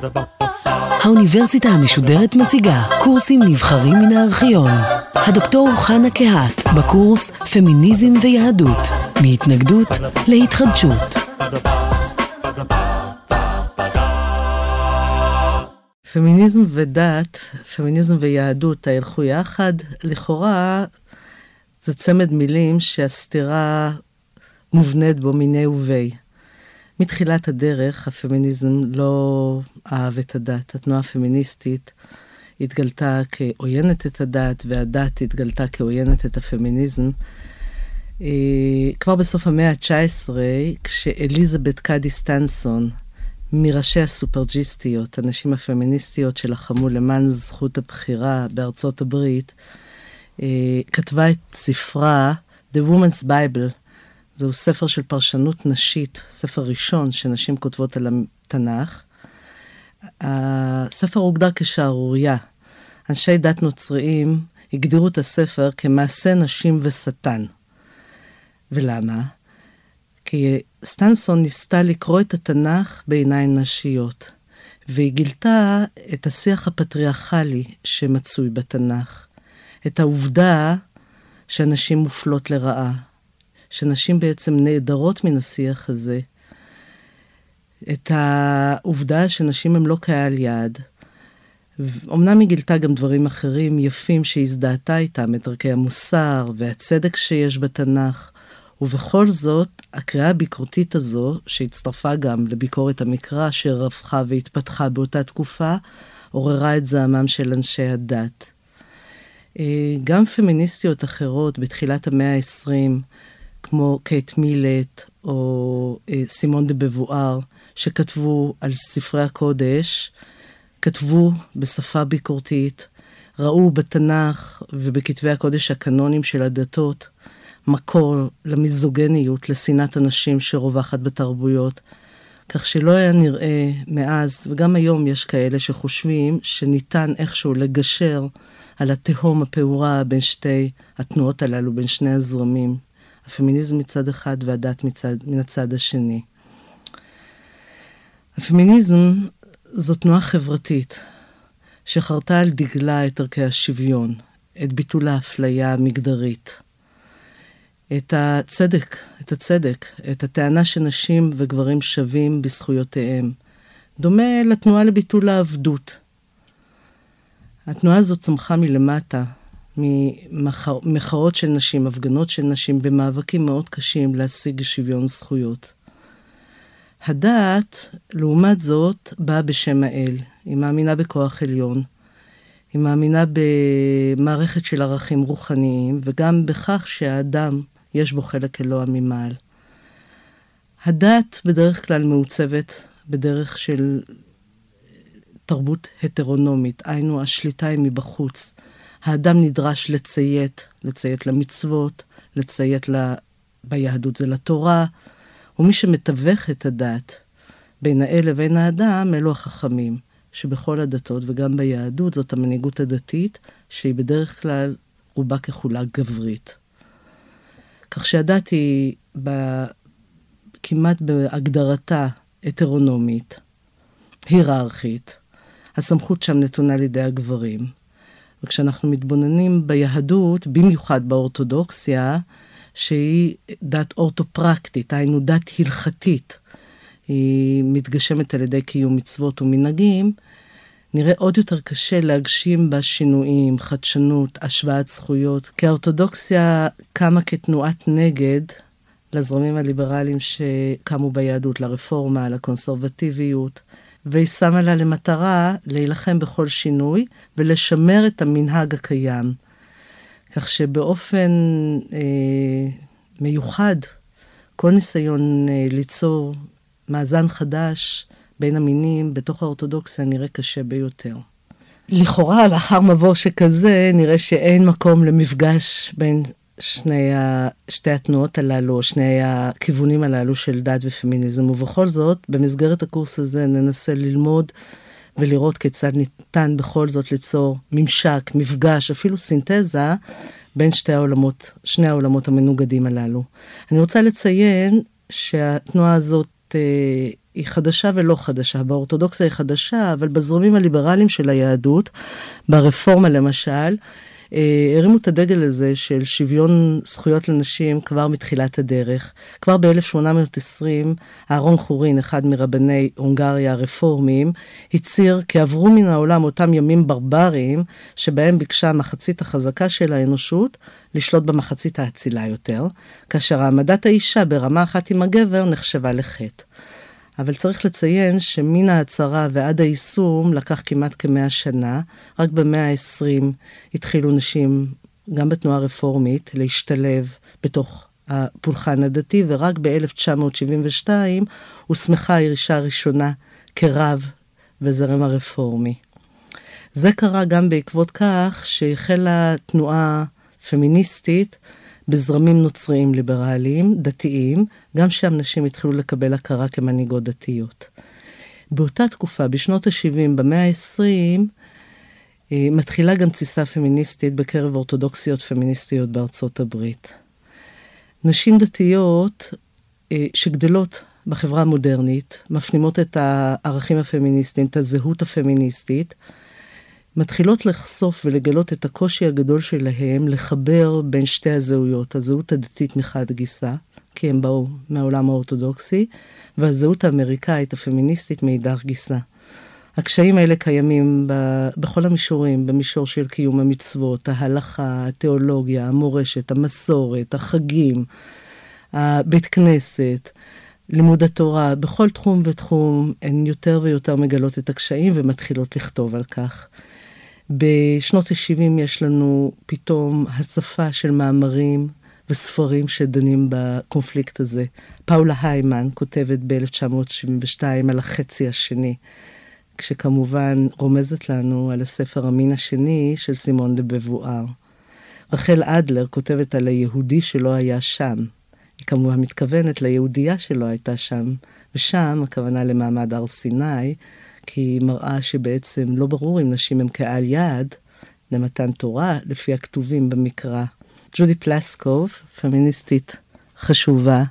האוניברסיטה המשודרת מציגה קורסים נבחרים מן הארכיון. הדוקטור חנה קהת בקורס פמיניזם ויהדות, מהתנגדות להתחדשות. פמיניזם ודת, פמיניזם ויהדות הלכו יחד, לכאורה זה צמד מילים שהסתירה מובנית בו מיני ובי. מתחילת הדרך הפמיניזם לא אהב את הדת. התנועה הפמיניסטית התגלתה כעוינת את הדת, והדת התגלתה כעוינת את הפמיניזם. כבר בסוף המאה ה-19, כשאליזבת קאדי סטנסון, מראשי הסופרג'יסטיות, הנשים הפמיניסטיות שלחמו למען זכות הבחירה בארצות הברית, כתבה את ספרה The Woman's Bible. זהו ספר של פרשנות נשית, ספר ראשון שנשים כותבות על התנ"ך. הספר הוגדר כשערוריה. אנשי דת נוצריים הגדירו את הספר כמעשה נשים ושטן. ולמה? כי סטנסון ניסתה לקרוא את התנ"ך בעיניים נשיות, והיא גילתה את השיח הפטריארכלי שמצוי בתנ"ך, את העובדה שאנשים מופלות לרעה, שנשים בעצם נעדרות מן השיח הזה, את העובדה שנשים הם לא קהל יעד. אמנם היא גילתה גם דברים אחרים יפים שהזדהתה איתם, את ערכי המוסר והצדק שיש בתנ"ך, ובכל זאת, הקריאה הביקורתית הזו, שהצטרפה גם לביקורת המקרא שרווחה והתפתחה באותה תקופה, עוררה את זעמם של אנשי הדת. גם פמיניסטיות אחרות בתחילת המאה ה-20, כמו קייט מילט או סימון דה בבואר, שכתבו על ספרי הקודש, כתבו בשפה ביקורתית, ראו בתנ"ך ובכתבי הקודש הקנונים של הדתות, מקור למיזוגניות, לשנאת הנשים שרווחת בתרבויות, כך שלא היה נראה מאז, וגם היום יש כאלה שחושבים שניתן איכשהו לגשר על התהום הפעורה בין שתי התנועות הללו, בין שני הזרמים, הפמיניזם מצד אחד והדת מן הצד השני. הפמיניזם זו תנועה חברתית שחרתה על דגלה את ערכי השוויון, את ביטול האפליה המגדרית, את הצדק, את הטענה שנשים וגברים שווים בזכויותיהם. דומה לתנועה לביטול העבדות. התנועה הזאת צמחה מלמטה, ממחאות של נשים, הפגנות של נשים, במאבקים מאוד קשים להשיג שוויון זכויות. הדת, לעומת זאת, באה בשם האל. היא מאמינה בכוח עליון. היא מאמינה במערכת של ערכים רוחניים, וגם בכך שהאדם יש בו חלק אלוה ממעל. הדת בדרך כלל מעוצבת בדרך של תרבות הטרונומית, היינו השליטה היא מבחוץ. האדם נדרש לציית למצוות, לציית ביהדות זה לתורה, ומי שמתווך את הדת בין האל לבין האדם, אלו החכמים, שבכל הדתות וגם ביהדות זאת המנהיגות הדתית, שהיא בדרך כלל רובה ככולה גברית. כך שהדת היא כמעט בהגדרתה הטרונומית, היררכית, הסמכות שם נתונה לידי הגברים. וכשאנחנו מתבוננים ביהדות, במיוחד באורתודוקסיה, שהיא דת אורתופרקטית, היינו דת הלכתית, היא מתגשמת על ידי קיום מצוות ומנהגים, נראה עוד יותר קשה להגשים בה שינויים, חדשנות, השוואת זכויות, כי האורתודוקסיה קמה כתנועת נגד לזרמים הליברליים שקמו ביהדות, לרפורמה, לקונסרבטיביות, והיא שמה לה למטרה להילחם בכל שינוי ולשמר את המנהג הקיים. כך שבאופן מיוחד, כל ניסיון ליצור מאזן חדש בין המינים בתוך האורתודוקסיה נראה קשה ביותר. לכאורה, לאחר מבוא שכזה, נראה שאין מקום למפגש בין שתי התנועות הללו, שני הכיוונים הללו של דת ופמיניזם, ובכל זאת, במסגרת הקורס הזה ננסה ללמוד ולראות כיצד ניתן בכל זאת ליצור ממשק, מפגש, אפילו סינתזה, בין שני העולמות המנוגדים הללו. אני רוצה לציין שהתנועה הזאת היא חדשה ולא חדשה. באורתודוקסיה היא חדשה, אבל בזרמים הליברליים של היהדות, ברפורמה למשל, הרימו את הדגל הזה של שוויון זכויות לנשים כבר מתחילת הדרך. כבר ב-1820, אהרון חורין, אחד מרבני הונגריה הרפורמים, הצהיר כי עברו מן העולם אותם ימים ברבריים, שבהם ביקשה המחצית החזקה של האנושות לשלוט במחצית האצילה יותר, כאשר העמדת האישה ברמה אחת עם הגבר נחשבה לחטא. אבל צריך לציין שמן ההצהרה ועד היישום לקח כמעט כ100 שנה. רק במאה ה-20 התחילו נשים, גם בתנועה רפורמית, להשתלב בתוך הפולחן הדתי, ורק ב-1972 הוסמכה האישה הראשונה כרב בזרם הרפורמי. זה קרה גם בעקבות כך שהחלה תנועה פמיניסטית בזרמים נוצריים ליברליים, דתיים, גם שם נשים התחילו לקבל הכרה כמנהיגות דתיות. באותה תקופה, בשנות ה-70, במאה ה-20, מתחילה גם תסיסה פמיניסטית בקרב אורתודוקסיות פמיניסטיות בארצות הברית. נשים דתיות שגדלות בחברה המודרנית, מפנימות את הערכים הפמיניסטיים, את הזהות הפמיניסטית, מתחילות לחשוף ולגלות את הקושי הגדול שלהם לחבר בין שתי הזהויות, הזהות הדתית מחד גיסה, כי הם באו מהעולם האורתודוקסי, והזהות האמריקאית הפמיניסטית מאידך גיסה. הקשיים האלה קיימים בכל המישורים, במישור של קיום המצוות, ההלכה, התיאולוגיה, המורשת, המסורת, החגים, הבית כנסת, לימוד התורה, בכל תחום ותחום הן יותר ויותר מגלות את הקשיים ומתחילות לכתוב על כך. בשנות ה-70 יש לנו פתאום הצפה של מאמרים וספרים שדנים בקונפליקט הזה. פאולה היימן כותבת ב-1972 על החצי השני, כשכמובן רומזת לנו על הספר המין השני של סימון דה בבואר. רחל אדלר כותבת על היהודי שלא היה שם. היא כמובן מתכוונת ליהודייה שלא הייתה שם, ושם הכוונה למעמד הר סיני, כי היא מראה שבעצם לא ברור אם נשים הם קהל יעד למתן תורה לפי הכתובים במקרא. ג'ודי פלסקוב, פמיניסטית חשובה,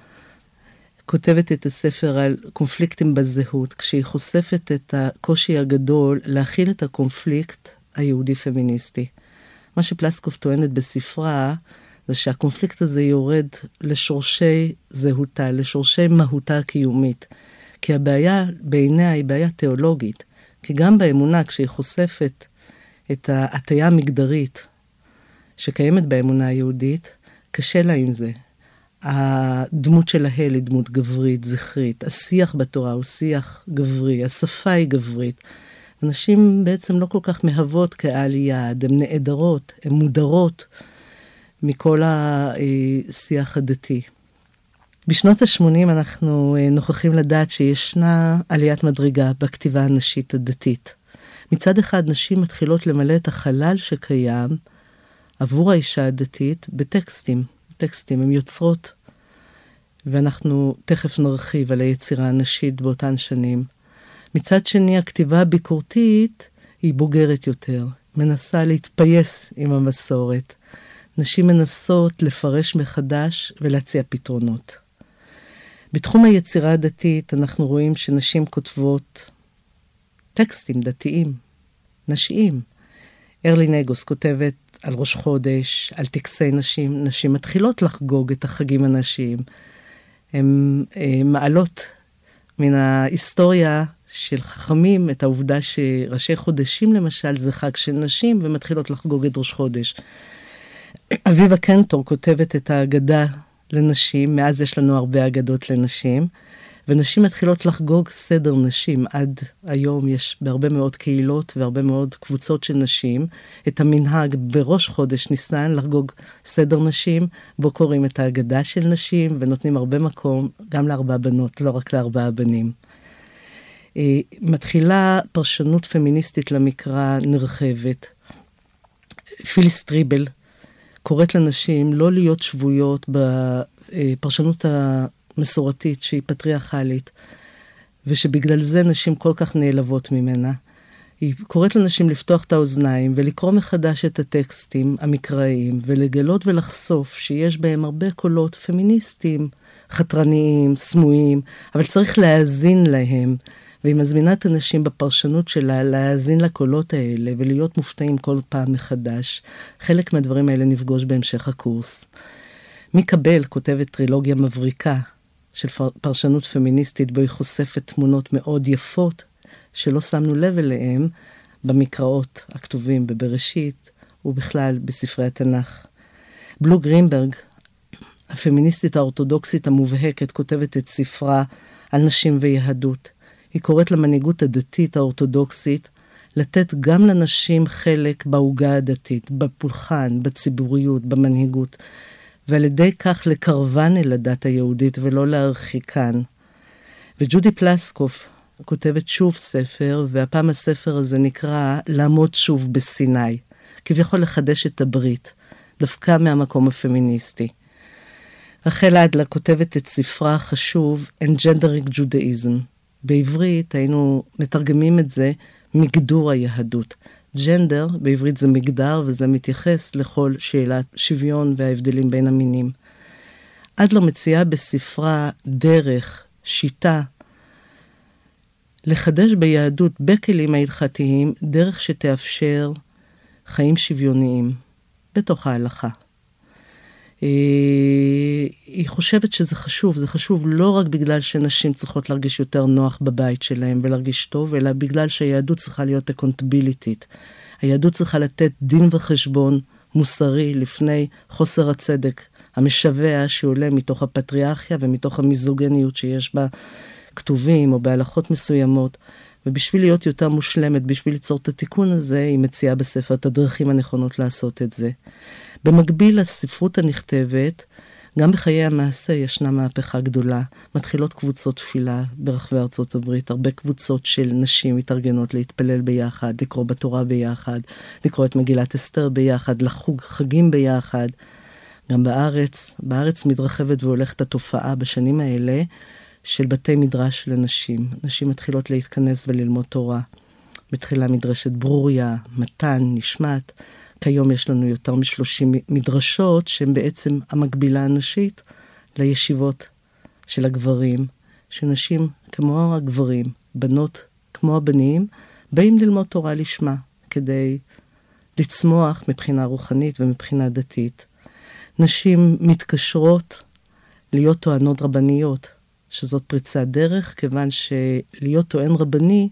כותבת את הספר על קונפליקטים בזהות, כשהיא חושפת את הקושי הגדול להכיל את הקונפליקט היהודי-פמיניסטי. מה שפלסקוב טוענת בספרה, זה שהקונפליקט הזה יורד לשורשי זהותה, לשורשי מהותה הקיומית. כי הבעיה בעיניה היא בעיה תיאולוגית. כי גם באמונה, כשהיא חושפת את ההטיה המגדרית שקיימת באמונה היהודית, קשה לה עם זה. הדמות של ההל היא דמות גברית, זכרית. השיח בתורה הוא שיח גברי, השפה היא גברית. אנשים בעצם לא כל כך מהוות קהל יעד, הן נעדרות, הן מודרות מכל השיח הדתי. בשנות ה-80 אנחנו נוכחים לדעת שישנה עליית מדרגה בכתיבה הנשית הדתית. מצד אחד נשים מתחילות למלא את החלל שקיים עבור האישה הדתית בטקסטים. טקסטים הן יוצרות, ואנחנו תכף נרחיב על היצירה הנשית באותן שנים. מצד שני, הכתיבה הביקורתית היא בוגרת יותר, מנסה להתפייס עם המסורת. נשים מנסות לפרש מחדש ולהציע פתרונות. בתחום היצירה הדתית אנחנו רואים שנשים כותבות טקסטים דתיים, נשיים. ארלי נגוס כותבת על ראש חודש, על טקסי נשים. נשים מתחילות לחגוג את החגים הנשיים. הן מעלות מן ההיסטוריה של חכמים את העובדה שראשי חודשים למשל זה חג של נשים ומתחילות לחגוג את ראש חודש. אביבה קנטור כותבת את ההגדה לנשים, מאז יש לנו הרבה אגדות לנשים, ונשים מתחילות לחגוג סדר נשים. עד היום יש בהרבה מאוד קהילות והרבה מאוד קבוצות של נשים, את המנהג בראש חודש ניסן לחגוג סדר נשים, בו קוראים את ההגדה של נשים, ונותנים הרבה מקום גם ל4 בנות, לא רק ל4 בנים. מתחילה פרשנות פמיניסטית למקרא נרחבת. פיליס טריבל קוראת לנשים לא להיות שבויות בפרשנות המסורתית שהיא פטריארכלית, ושבגלל זה נשים כל כך נעלבות ממנה. היא קוראת לנשים לפתוח את האוזניים ולקרוא מחדש את הטקסטים המקראיים, ולגלות ולחשוף שיש בהם הרבה קולות פמיניסטיים, חתרניים, סמויים, אבל צריך להאזין להם, והיא מזמינה את אנשים בפרשנות שלה להאזין לקולות האלה ולהיות מופתעים כל פעם מחדש. חלק מהדברים האלה נפגוש בהמשך הקורס. מקבל כותבת טרילוגיה מבריקה של פרשנות פמיניסטית, בו היא חושפת תמונות מאוד יפות שלא שמנו לב אליהם במקראות הכתובים בבראשית ובכלל בספרי התנ"ך. בלו גרינברג, הפמיניסטית האורתודוקסית המובהקת, כותבת את ספרה על נשים ויהדות. היא קוראת למנהיגות הדתית האורתודוקסית לתת גם לנשים חלק בעוגה הדתית, בפולחן, בציבוריות, במנהיגות, ועל ידי כך לקרבן אל הדת היהודית ולא להרחיקן. וג'ודי פלסקוף כותבת שוב ספר, והפעם הספר הזה נקרא לעמוד שוב בסיני, כביכול לחדש את הברית, דווקא מהמקום הפמיניסטי. רחל אדלר כותבת את ספרה החשוב Engendering Judaism. בעברית היינו מתרגמים את זה מגדור היהדות. ג'נדר בעברית זה מגדר, וזה מתייחס לכל שאלת שוויון וההבדלים בין המינים. אדלר מציעה בספרה דרך, שיטה, לחדש ביהדות בכלים ההלכתיים דרך שתאפשר חיים שוויוניים בתוך ההלכה. היא חושבת שזה חשוב, זה חשוב לא רק בגלל שנשים צריכות להרגיש יותר נוח בבית שלהם ולהרגיש טוב, אלא בגלל שהיהדות צריכה להיות אקונטביליטית. היהדות צריכה לתת דין וחשבון מוסרי לפני חוסר הצדק המשווה שעולה מתוך הפטריארכיה ומתוך המיזוגניות שיש בה כתובים או בהלכות מסוימות. ובשביל להיות יותר מושלמת, בשביל ליצור את התיקון הזה, היא מציעה בספר את הדרכים הנכונות לעשות את זה. במקביל לספרות הנכתבת, גם בחיי המעשה ישנה מהפכה גדולה. מתחילות קבוצות תפילה ברחבי ארצות הברית, הרבה קבוצות של נשים מתארגנות להתפלל ביחד, לקרוא בתורה ביחד, לקרוא את מגילת אסתר ביחד, לחוג חגים ביחד. גם בארץ מתרחבת והולכת התופעה בשנים האלה של בתי מדרש לנשים. נשים מתחילות להתכנס וללמוד תורה. בתחילה מדרשת ברוריה, מתן, נשמת. כיום יש לנו יותר מ-30 מדרשות שהן בעצם המקבילה הנשית לישיבות של הגברים, שנשים כמו הגברים, בנות כמו הבנים, באים ללמוד תורה לשמה, כדי לצמוח מבחינה רוחנית ומבחינה דתית. נשים מתקשרות להיות טוענות רבניות, שזאת פריצת דרך, כיוון שלהיות טוען רבני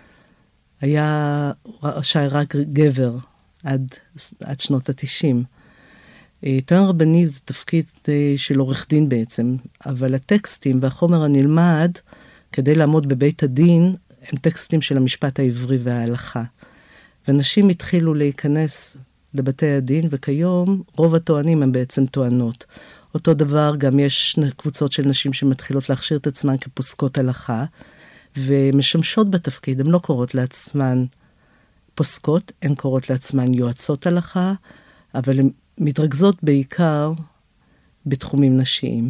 היה רשאי רק גבר עד שנות ה-90. טוען רבני זה תפקיד של עורך דין בעצם, אבל הטקסטים והחומר הנלמד כדי לעמוד בבית הדין הם טקסטים של המשפט העברי וההלכה. ונשים התחילו להיכנס לבתי הדין, וכיום רוב הטוענים הם בעצם טוענות. אותו דבר גם יש קבוצות של נשים שמתחילות להכשיר את עצמן כפוסקות הלכה, ומשמשות בתפקיד, הן לא קוראות לעצמן פוסקות, הן קוראות לעצמן יועצות הלכה, אבל הן מתרכזות בעיקר בתחומים נשיים.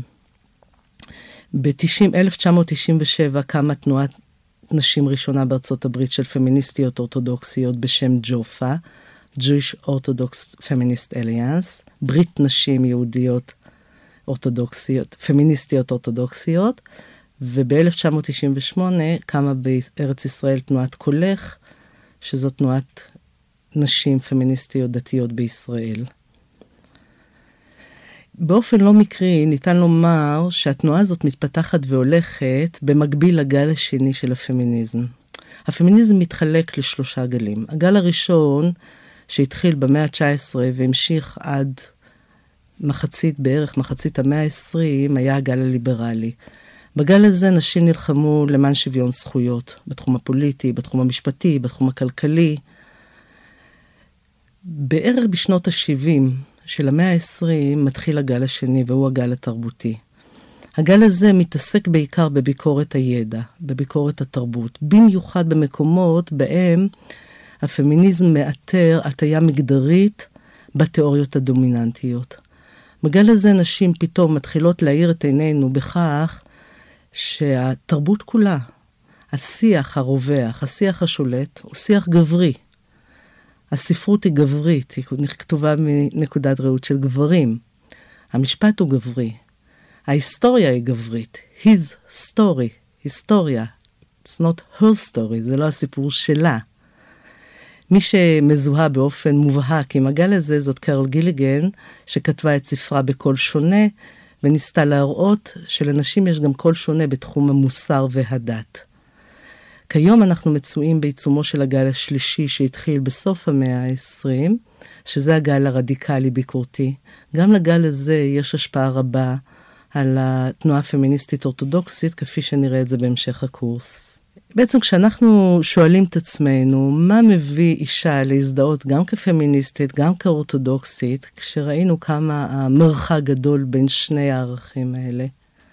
ב-1997 קמה תנועת נשים ראשונה בארצות הברית של פמיניסטיות אורתודוקסיות בשם ג'ופה, Jewish Orthodox Feminist Alliance, ברית נשים יהודיות אורתודוקסיות, פמיניסטיות אורתודוקסיות, וב-1998 קמה בארץ ישראל תנועת קולך, שזו תנועת נשים פמיניסטיות דתיות בישראל. באופן לא מקרי ניתן לומר שהתנועה הזאת מתפתחת והולכת במקביל לגל השני של הפמיניזם. הפמיניזם מתחלק לשלושה גלים. הגל הראשון שהתחיל במאה ה-19 והמשיך עד מחצית המאה ה-20 היה הגל הליברלי. בגל הזה נשים נלחמו למען שוויון זכויות, בתחום הפוליטי, בתחום המשפטי, בתחום הכלכלי. בערך בשנות ה-70 של המאה ה-20 מתחיל הגל השני, והוא הגל התרבותי. הגל הזה מתעסק בעיקר בביקורת הידע, בביקורת התרבות, במיוחד במקומות בהם הפמיניזם מאתר הטיה מגדרית בתיאוריות הדומיננטיות. בגל הזה נשים פתאום מתחילות להאיר את עינינו בכך שהתרבות כולה, השיח הרווח, השיח השולט, הוא שיח גברי. הספרות היא גברית, היא כתובה מנקודת ראות של גברים. המשפט הוא גברי. ההיסטוריה היא גברית. His story, היסטוריה. It's not her story, זה לא הסיפור שלה. מי שמזוהה באופן מובהק עם הגל הזה, זאת קרול גיליגן, שכתבה את ספרה בקול שונה, וניסתה להראות שלנשים יש גם קול שונה בתחום המוסר והדת. כיום אנחנו מצויים בעיצומו של הגל השלישי שהתחיל בסוף המאה ה-20, שזה הגל הרדיקלי ביקורתי. גם לגל הזה יש השפעה רבה על התנועה הפמיניסטית אורתודוקסית, כפי שנראה את זה בהמשך הקורס. בעצם כשאנחנו שואלים את עצמנו, מה מביא אישה להזדהות גם כפמיניסטית, גם כאורתודוקסית, כשראינו כמה המרחק גדול בין שני הערכים האלה.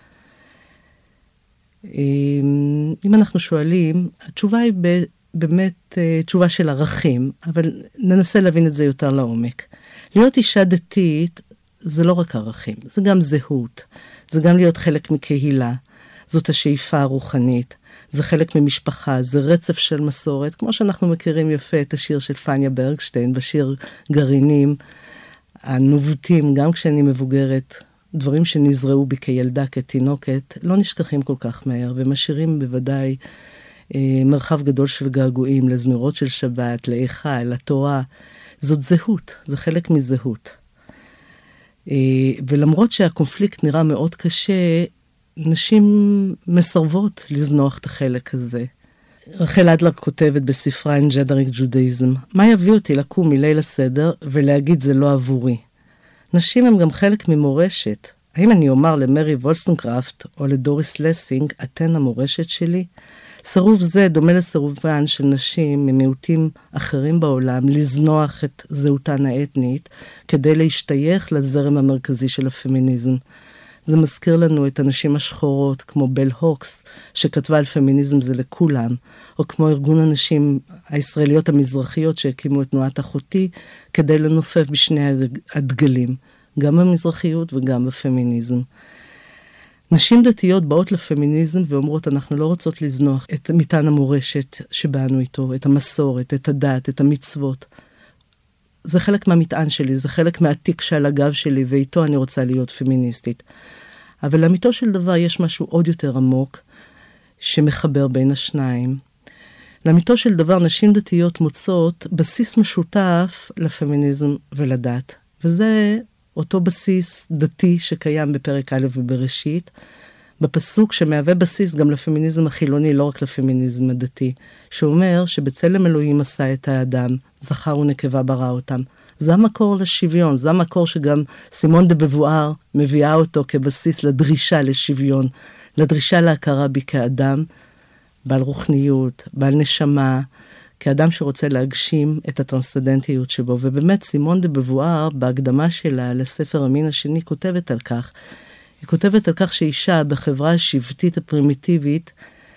אם אנחנו שואלים, התשובה היא באמת תשובה של ערכים, אבל ננסה להבין את זה יותר לעומק. להיות אישה דתית זה לא רק ערכים, זה גם זהות, זה גם להיות חלק מקהילה, זאת השאיפה הרוחנית, זה חלק ממשפחה, זה רצף של מסורת, כמו שאנחנו מכירים יפה את השיר של פניה ברגשטיין, בשיר גרעינים, הנובטים, גם כשאני מבוגרת, דברים שנזרעו בי כילדה, כתינוקת, לא נשכחים כל כך מהר, ומשאירים בוודאי מרחב גדול של געגועים, לזמירות של שבת, לאיכה, לתורה. זאת זהות, זה חלק מזהות. ולמרות שהקונפליקט נראה מאוד קשה, נשים מסרבות לזנוח את החלק הזה. רחל אדלר כותבת בספרה Engendering Judaism, מה יביא אותי לקום מליל הסדר ולהגיד זה לא עבורי? נשים הם גם חלק ממורשת. האם אני אומר למרי וולסטנקראפט או לדוריס לסינג, אתן המורשת שלי? סירוב זה דומה לסירובן של נשים ממיעוטים אחרים בעולם לזנוח את זהותן האתנית כדי להשתייך לזרם המרכזי של הפמיניזם. זה מזכיר לנו את הנשים השחורות כמו בל הוקס שכתבה על פמיניזם זה לכולם, או כמו ארגון הנשים הישראליות המזרחיות שהקימו את תנועת אחותי כדי לנופף בשני הדגלים, גם במזרחיות וגם בפמיניזם. נשים דתיות באות לפמיניזם ואומרות אנחנו לא רוצות לזנוח את מטען המורשת שבאנו איתו, את המסורת, את הדת, את המצוות. זה חלק מהמטען שלי, זה חלק מהתיק שעל הגב שלי, ואיתו אני רוצה להיות פמיניסטית. אבל לאמיתו של דבר יש משהו עוד יותר עמוק, שמחבר בין השניים. לאמיתו של דבר נשים דתיות מוצאות בסיס משותף לפמיניזם ולדת. וזה אותו בסיס דתי שקיים בפרק א' ובראשית, בפסוק שמהווה בסיס גם לפמיניזם החילוני, לא רק לפמיניזם הדתי, שאומר שבצלם אלוהים עשה את האדם, זכר ונקבה ברא אותם. זה המקור לשוויון, זה המקור שגם סימון דה בבואר מביאה אותו כבסיס לדרישה לשוויון, לדרישה להכרה בי כאדם, בעל רוחניות, בעל נשמה, כאדם שרוצה להגשים את הטרנסצנדנטיות שבו. ובאמת סימון דה בבואר, בהקדמה שלה לספר המין השני, כותבת על כך. היא כותבת על כך שאישה בחברה השבטית הפרימיטיבית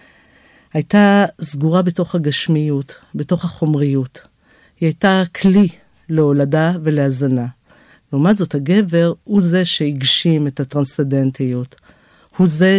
הייתה סגורה בתוך הגשמיות, בתוך החומריות. היא הייתה כלי להולדה ולהזנה. לעומת זאת, הגבר הוא זה שהגשים את הטרנסצנדנטיות. הוא זה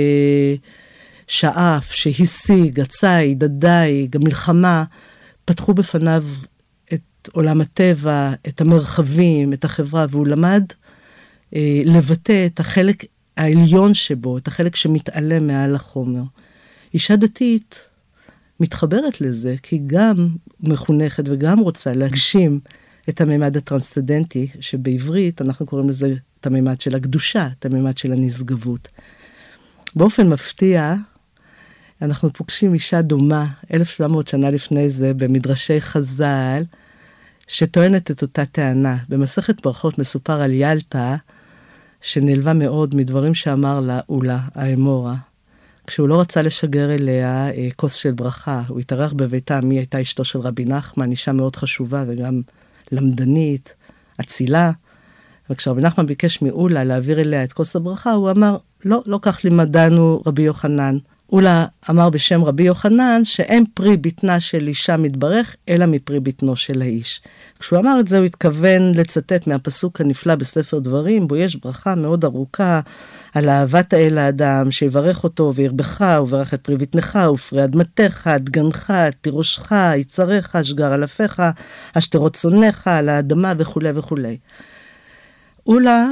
ששאף, שהשיג, הציד, הדייג, המלחמה, פתחו בפניו את עולם הטבע, את המרחבים, את החברה, והוא למד לבטא את החלק העליון שבו, את החלק שמתעלם מעל החומר. אישה דתית מתחברת לזה, כי גם מחונכת וגם רוצה להגשים את הממד הטרנסצנדנטי, שבעברית אנחנו קוראים לזה את הממד של הקדושה, את הממד של הנשגבות. באופן מפתיע, אנחנו פוגשים אישה דומה, 1700 שנה לפני זה, במדרשי חז"ל, שטוענת את אותה טענה. במסכת ברכות מסופר על ילתה, שנלווה מאוד מדברים שאמר לה אולה, האמורה. כשהוא לא רצה לשגר אליה כוס של ברכה, הוא התארח בביתה, מי הייתה אשתו של רבי נחמן, אישה מאוד חשובה וגם למדנית, אצילה. וכשרבי נחמן ביקש מאולה להעביר אליה את כוס הברכה, הוא אמר, לא כך לימדנו רבי יוחנן. אולה אמר בשם רבי יוחנן שאין פרי בטנה של אישה מתברך, אלא מפרי בטנו של האיש. כשהוא אמר את זה, הוא התכוון לצטט מהפסוק הנפלא בספר דברים, בו יש ברכה מאוד ארוכה על אהבת האל האדם, שיברך אותו וירבך, וברך את פרי בטנך, ופרי אדמתך, דגנך, תירושך, יצריך, שגר אלפיך, אשתרות צונך, על האדמה וכו' וכו'. אולה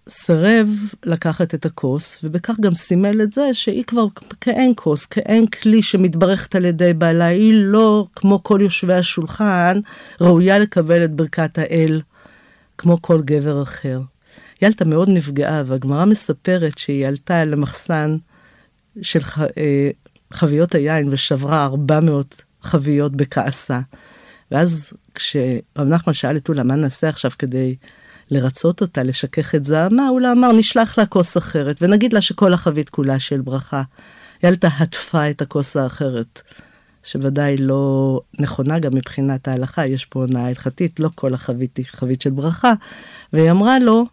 סרב לקחת את הכוס, ובכך גם סימל את זה שהיא כבר כאין כוס, כאין כלי שמתברכת על ידי בעלה, היא לא, כמו כל יושבי השולחן, ראויה לקבל את ברכת האל, כמו כל גבר אחר. ילתה מאוד נפגעה, והגמרא מספרת שהיא עלתה למחסן של חביות היין, ושברה 400 חביות בכעסה. ואז כשרב נחמן שאל את אולה, מה נעשה עכשיו כדי לרצות אותה, לשכך את זעמה, אולה אמר, נשלח לה כוס אחרת, ונגיד לה שכל החבית כולה של ברכה. ילתה הטפה את הכוס האחרת, שוודאי לא נכונה גם מבחינת ההלכה, יש פה הונאה הלכתית, לא כל החבית היא חבית של ברכה, והיא אמרה לו,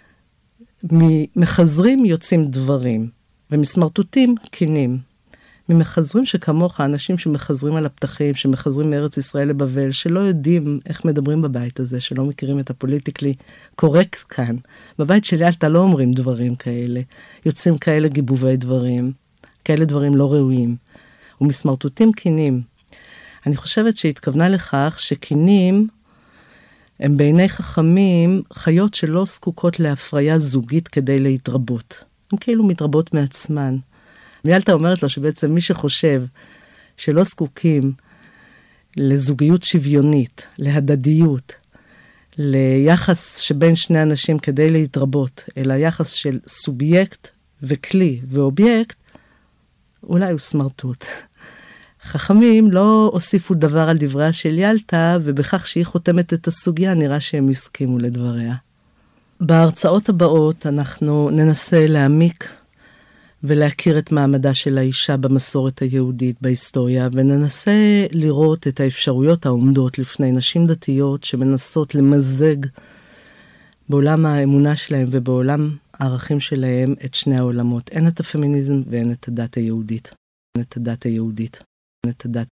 ממחזרים יוצאים דברים, ומסמרטוטים קינים. ממחזרים שכמוך, אנשים שמחזרים על הפתחים, שמחזרים מארץ ישראל לבבל, שלא יודעים איך מדברים בבית הזה, שלא מכירים את הפוליטיקלי קורקט כאן. בבית של ילתה לא אומרים דברים כאלה, יוצאים כאלה גיבובי דברים, כאלה דברים לא ראויים. ומסמרטוטים קינים. אני חושבת שהתכוונה לכך שקינים הם בעיני חכמים חיות שלא זקוקות להפריה זוגית כדי להתרבות. הן כאילו מתרבות מעצמן. ילתה אומרת לו שבעצם מי שחושב שלא זקוקים לזוגיות שוויונית, להדדיות, ליחס שבין שני אנשים כדי להתרבות, אלא יחס של סובייקט וכלי ואובייקט, אולי הוא סמרטוט. חכמים לא הוסיפו דבר על דבריה של ילתה, ובכך שהיא חותמת את הסוגיה, נראה שהם הסכימו לדבריה. בהרצאות הבאות אנחנו ננסה להעמיק ולהכיר את מעמדה של האישה במסורת היהודית בהיסטוריה, וננסה לראות את האפשרויות העומדות לפני נשים דתיות שמנסות למזג בעולם האמונה שלהם ובעולם הערכים שלהם את שני העולמות. אין את הפמיניזם ואין את הדת היהודית. אין את הדת היהודית. אין את הדת